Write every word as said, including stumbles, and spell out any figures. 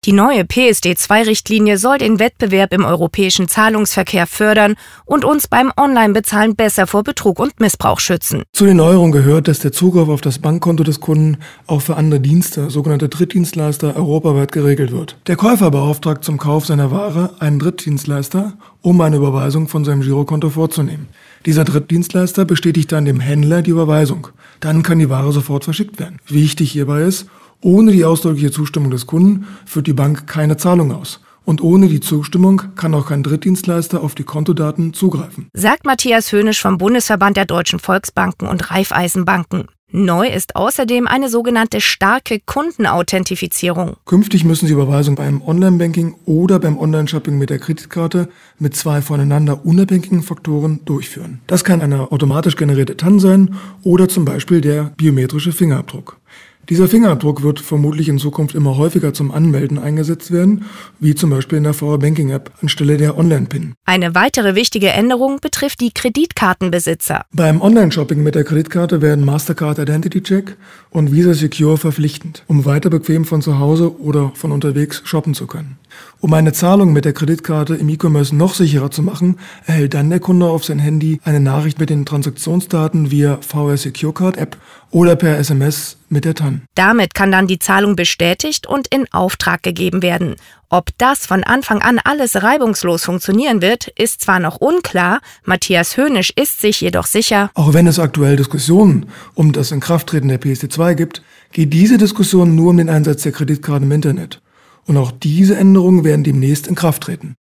Die neue P S D zwei Richtlinie soll den Wettbewerb im europäischen Zahlungsverkehr fördern und uns beim Online-Bezahlen besser vor Betrug und Missbrauch schützen. Zu den Neuerungen gehört, dass der Zugriff auf das Bankkonto des Kunden auch für andere Dienste, sogenannte Drittdienstleister, europaweit geregelt wird. Der Käufer beauftragt zum Kauf seiner Ware einen Drittdienstleister, um eine Überweisung von seinem Girokonto vorzunehmen. Dieser Drittdienstleister bestätigt dann dem Händler die Überweisung. Dann kann die Ware sofort verschickt werden. Wichtig hierbei ist, ohne die ausdrückliche Zustimmung des Kunden führt die Bank keine Zahlung aus. Und ohne die Zustimmung kann auch kein Drittdienstleister auf die Kontodaten zugreifen. Sagt Matthias Hönisch vom Bundesverband der Deutschen Volksbanken und Raiffeisenbanken. Neu ist außerdem eine sogenannte starke Kundenauthentifizierung. Künftig müssen Sie Überweisungen beim Online-Banking oder beim Online-Shopping mit der Kreditkarte mit zwei voneinander unabhängigen Faktoren durchführen. Das kann eine automatisch generierte T A N sein oder zum Beispiel der biometrische Fingerabdruck. Dieser Fingerabdruck wird vermutlich in Zukunft immer häufiger zum Anmelden eingesetzt werden, wie zum Beispiel in der V R-Banking-App anstelle der Online-PIN. Eine weitere wichtige Änderung betrifft die Kreditkartenbesitzer. Beim Online-Shopping mit der Kreditkarte werden Mastercard Identity Check und Visa Secure verpflichtend, um weiter bequem von zu Hause oder von unterwegs shoppen zu können. Um eine Zahlung mit der Kreditkarte im E-Commerce noch sicherer zu machen, erhält dann der Kunde auf sein Handy eine Nachricht mit den Transaktionsdaten via V R Secure Card App oder per S M S mit der T A N. Damit kann dann die Zahlung bestätigt und in Auftrag gegeben werden. Ob das von Anfang an alles reibungslos funktionieren wird, ist zwar noch unklar, Matthias Hönisch ist sich jedoch sicher. Auch wenn es aktuell Diskussionen um das Inkrafttreten der P S D zwei gibt, geht diese Diskussion nur um den Einsatz der Kreditkarten im Internet. Und auch diese Änderungen werden demnächst in Kraft treten.